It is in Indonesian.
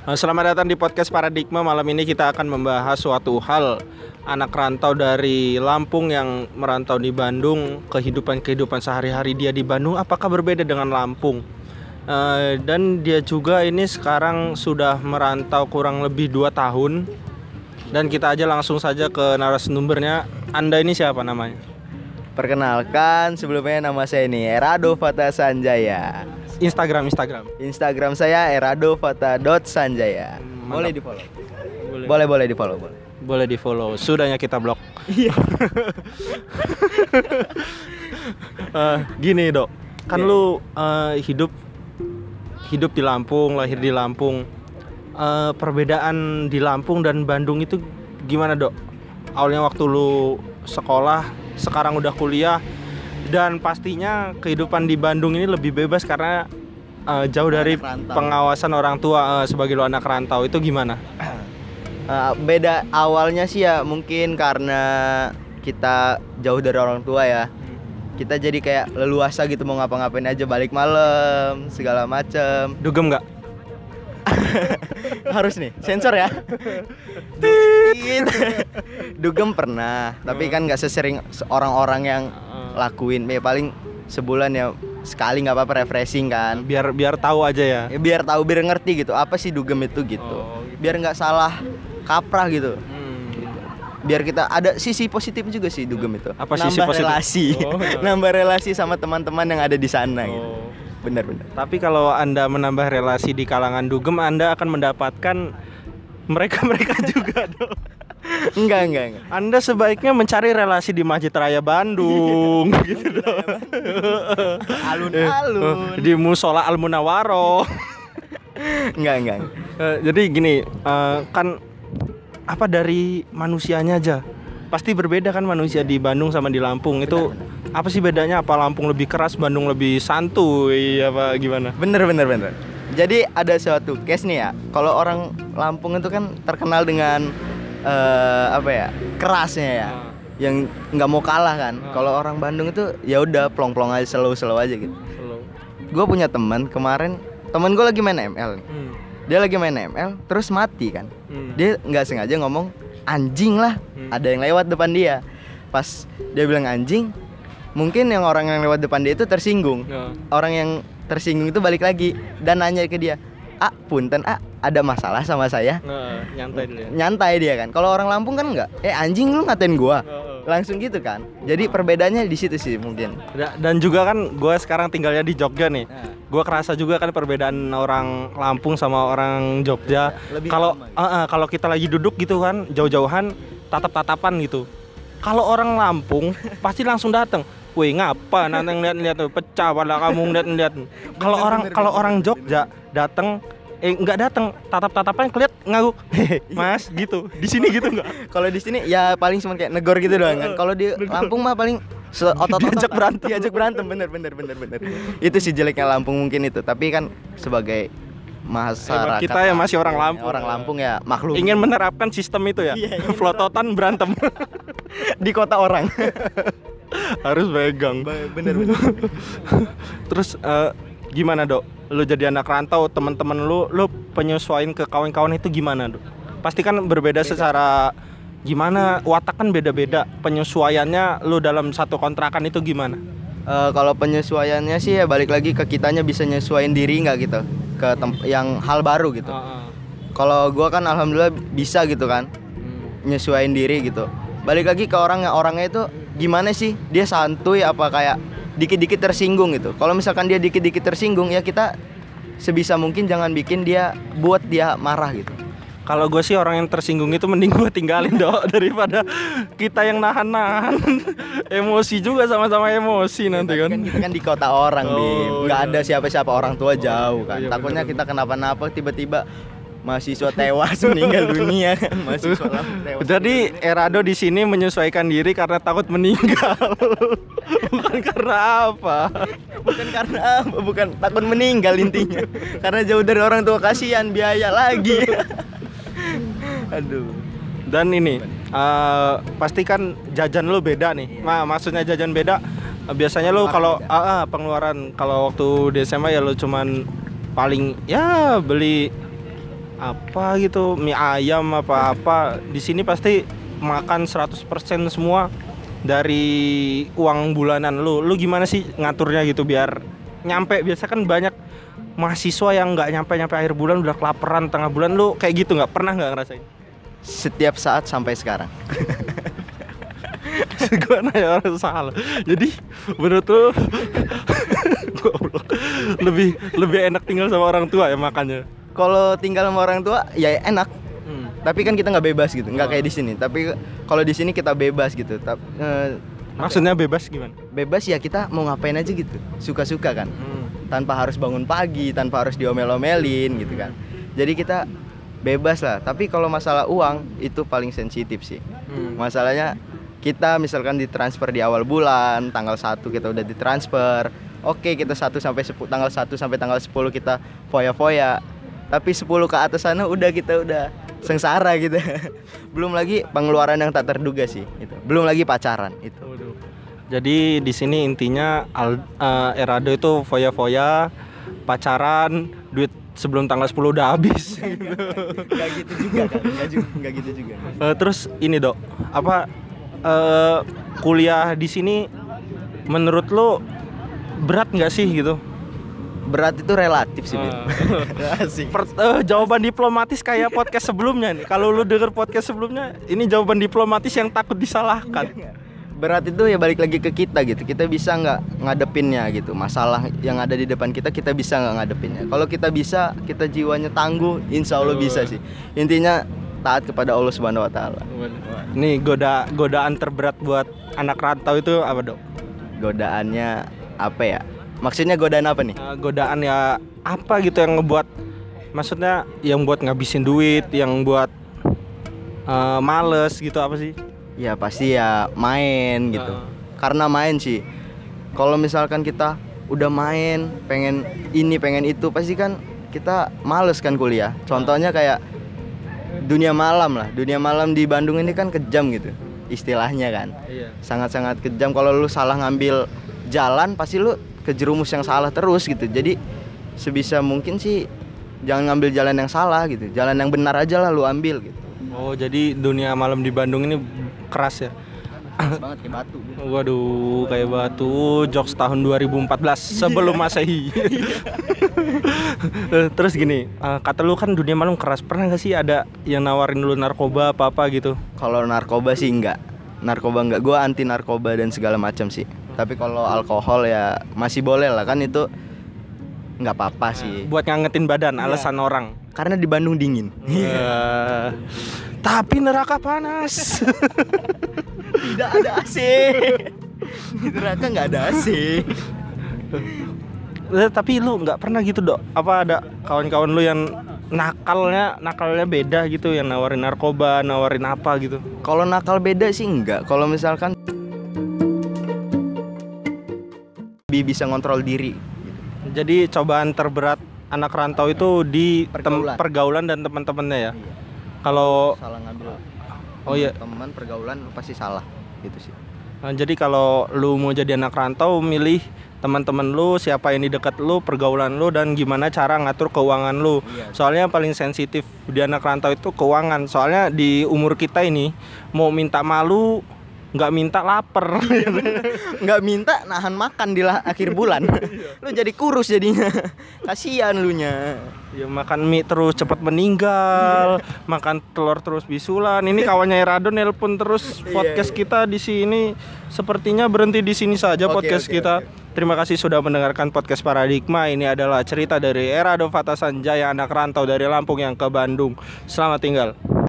Selamat datang di podcast Paradigma. Malam ini kita akan membahas suatu hal. Anak rantau dari Lampung yang merantau di Bandung, kehidupan sehari-hari dia di Bandung apakah berbeda dengan Lampung? Dan dia juga ini sekarang sudah merantau kurang lebih 2 tahun. Dan kita aja langsung saja ke narasumbernya. Anda ini siapa namanya? Perkenalkan, sebelumnya nama saya ini Erado Fata Sanjaya. Instagram Instagram saya eradofata.sanjaya. Boleh di-follow. Boleh di-follow, boleh. Boleh di-follow. Sudahnya kita blok. Iya. Gini, Dok. Kan lu hidup di Lampung, lahir di Lampung. Perbedaan di Lampung dan Bandung itu gimana, Dok? Awalnya waktu lu sekolah, sekarang udah kuliah. Dan pastinya kehidupan di Bandung ini lebih bebas karena jauh dari pengawasan orang tua sebagai lo anak rantau. Itu gimana? Beda awalnya sih ya mungkin karena kita jauh dari orang tua ya. Kita jadi kayak leluasa gitu, mau ngapa-ngapain aja, balik malam segala macem. Dugem nggak? Harus nih sensor ya. Dugem pernah, tapi kan nggak sesering orang-orang yang lakuin. Ya paling sebulan ya sekali, nggak apa-apa, refreshing kan. Biar tahu aja ya. Biar tahu, biar ngerti gitu apa sih dugem itu gitu. Biar nggak salah kaprah gitu. Biar kita ada sisi positif juga sih dugem itu. Apa sisi positif? Relasi. Nambah relasi sama teman-teman yang ada di sana gitu. Benar. Tapi kalau Anda menambah relasi di kalangan dugem, Anda akan mendapatkan mereka juga dong. Enggak. Anda sebaiknya mencari relasi di Masjid Raya Bandung gitu dong. Alun-alun. Di Musola Al Munawwaroh. Enggak. Jadi gini, kan apa dari manusianya aja pasti berbeda kan, manusia di Bandung sama di Lampung itu. Apa sih bedanya? Apa Lampung lebih keras, Bandung lebih santuy, apa gimana? Bener. Jadi ada suatu case nih ya. Kalau orang Lampung itu kan terkenal dengan kerasnya ya, yang nggak mau kalah kan. Kalau orang Bandung itu ya udah plong-plong aja, slow aja gitu. Gue punya teman kemarin, teman gue lagi main ML nih. Dia lagi main ML terus mati kan. Dia nggak sengaja ngomong anjing lah. Ada yang lewat depan dia. Pas dia bilang anjing, mungkin orang yang lewat depan dia itu tersinggung. Orang yang tersinggung itu balik lagi dan nanya ke dia, punten ada masalah sama saya? Nyantai dia kan. Kalau orang Lampung kan enggak. Anjing lu ngatain gua. Langsung gitu kan. Jadi perbedaannya di situ sih mungkin. Dan juga kan gua sekarang tinggalnya di Jogja nih. Gua kerasa juga kan perbedaan orang Lampung sama orang Jogja. Kalau kita lagi duduk gitu kan, jauh-jauhan, tatap-tatapan gitu. Kalau orang Lampung pasti langsung datang. Wih, ngapa nanti ngeliat tuh, pecah pada kamu ngeliat. Kalau orang Jogja datang nggak datang, tatap-tatapan keliat ngaguk. Mas gitu. Di sini gitu nggak? Kalau di sini ya paling cuma kayak negor gitu doang kan. Kalau di Lampung mah paling diajak berantem. Bener. Itu sih jeleknya Lampung mungkin itu. Tapi kan sebagai masyarakat kita ya masih orang Lampung. Orang Lampung ya maklum. Ingin menerapkan sistem itu ya. Flototan berantem di kota orang. Harus pegang. Bener. Terus gimana, Dok? Lu jadi anak rantau, teman-teman lu penyesuaian ke kawan-kawan itu gimana, Dok? Pasti kan berbeda secara gimana, watak kan beda-beda. Penyesuaiannya lu dalam satu kontrakan itu gimana? Kalau penyesuaiannya sih ya balik lagi ke kitanya bisa nyesuaiin diri nggak gitu ke yang hal baru gitu. Kalau gua kan alhamdulillah bisa gitu kan, nyesuaiin diri gitu. Balik lagi ke orangnya itu gimana sih, dia santuy apa kayak dikit-dikit tersinggung gitu. Kalau misalkan dia dikit-dikit tersinggung ya kita sebisa mungkin jangan bikin dia buat dia marah gitu. Kalau gue sih orang yang tersinggung itu mending gue tinggalin, Dok, daripada kita yang nahan-nahan. Emosi juga, sama-sama emosi nanti kan. Kita kan di kota orang, nggak ada siapa-siapa, orang tua jauh kan. Takutnya kita kenapa-napa tiba-tiba mahasiswa tewas meninggal dunia kan, mahasiswa tewas. Jadi Erado di sini menyesuaikan diri karena takut meninggal. Bukan karena apa? Bukan takut meninggal intinya. Karena jauh dari orang tua, kasihan biaya lagi. Aduh. Dan ini pasti kan jajan lu beda nih. Nah, maksudnya jajan beda. Biasanya lu kalau pengeluaran kalau waktu di SMA ya lu cuman paling ya beli apa gitu, mie ayam apa-apa. Di sini pasti makan 100% semua dari uang bulanan lu. Lu gimana sih ngaturnya gitu biar nyampe? Biasa kan banyak mahasiswa yang nggak nyampe akhir bulan udah kelaparan tengah bulan. Lu kayak gitu nggak? Pernah nggak ngerasain? Setiap saat sampai sekarang. Gue nanya orang salah. Jadi menurut lu lebih enak tinggal sama orang tua ya makannya? Kalau tinggal sama orang tua ya enak. Tapi kan kita nggak bebas gitu, nggak kayak di sini. Tapi kalau di sini kita bebas gitu. Maksudnya bebas gimana? Bebas ya, kita mau ngapain aja gitu, suka-suka kan. Tanpa harus bangun pagi, tanpa harus diomel-omelin gitu kan. Jadi kita bebas lah. Tapi kalau masalah uang itu paling sensitif sih. Masalahnya kita misalkan ditransfer di awal bulan, tanggal 1 kita udah ditransfer. Oke, kita tanggal 1 sampai tanggal 10 kita foya-foya. Tapi 10 ke atas sana kita udah sengsara gitu. Belum lagi pengeluaran yang tak terduga sih itu. Belum lagi pacaran itu. Jadi di sini intinya Erado itu foya-foya, pacaran, duit sebelum tanggal 10 udah habis. Enggak gitu juga kan. Enggak gitu juga. Terus ini, Dok. Kuliah di sini menurut lo berat nggak sih gitu? Berat itu relatif sih. Jawaban diplomatis kayak podcast sebelumnya nih. Kalau lu denger podcast sebelumnya, ini jawaban diplomatis yang takut disalahkan. Berat itu ya balik lagi ke kita gitu. Kita bisa nggak ngadepinnya gitu. Masalah yang ada di depan kita bisa nggak ngadepinnya. Kalau kita bisa, kita jiwanya tangguh, insya Allah bisa sih. Intinya taat kepada Allah Subhanahu Wa Taala. Nih godaan terberat buat anak rantau itu apa, Dok? Godaannya apa ya? Maksudnya godaan apa nih? Godaan ya apa gitu yang ngebuat, maksudnya yang buat ngabisin duit, yang buat males gitu, apa sih? Ya pasti ya main gitu. Karena main sih. Kalau misalkan kita udah main, pengen ini, pengen itu, pasti kan kita males kan kuliah. Contohnya kayak dunia malam lah. Dunia malam di Bandung ini kan kejam gitu istilahnya kan. Sangat-sangat kejam. Kalau lu salah ngambil jalan, pasti lu kejerumus yang salah terus gitu. Jadi sebisa mungkin sih jangan ngambil jalan yang salah gitu. Jalan yang benar aja lah lu ambil gitu. Oh, jadi dunia malam di Bandung ini keras ya? Keras banget kayak batu gitu. Waduh, kayak batu. Jokes tahun 2014 sebelum Masehi. Terus gini, kata lu kan dunia malam keras. Pernah gak sih ada yang nawarin lu narkoba apa-apa gitu? Kalau narkoba sih enggak. Narkoba enggak. Gua anti narkoba dan segala macam sih. Tapi kalau alkohol ya masih boleh lah, kan itu nggak apa-apa sih. Buat ngangetin badan, alasan orang. Karena di Bandung dingin. Tapi neraka panas. Tidak ada AC. Di neraka nggak ada AC. Tapi lu nggak pernah gitu, Dok? Apa ada kawan-kawan lu yang nakalnya beda gitu, yang nawarin narkoba, nawarin apa gitu? Kalau nakal beda sih enggak. Kalau misalkan bisa ngontrol diri. Jadi cobaan terberat anak rantau itu di pergaulan dan teman-temannya ya. Iya. Kalau salah ngambil teman pergaulan pasti salah gitu sih. Jadi kalau lu mau jadi anak rantau, milih teman-teman lu, siapa yang di dekat lu, pergaulan lu, dan gimana cara ngatur keuangan lu. Soalnya yang paling sensitif di anak rantau itu keuangan. Soalnya di umur kita ini mau minta malu, nggak minta lapar. Nggak minta nahan makan di akhir bulan. Lu jadi kurus jadinya. Kasihan lu nya. Ya makan mie terus cepat meninggal, makan telur terus bisulan. Ini kawannya Erado nelpon terus. Podcast kita di sini sepertinya berhenti di sini saja podcast kita. Terima kasih sudah mendengarkan podcast Paradigma. Ini adalah cerita dari Erado Fatasanjaya, anak rantau dari Lampung yang ke Bandung. Selamat tinggal.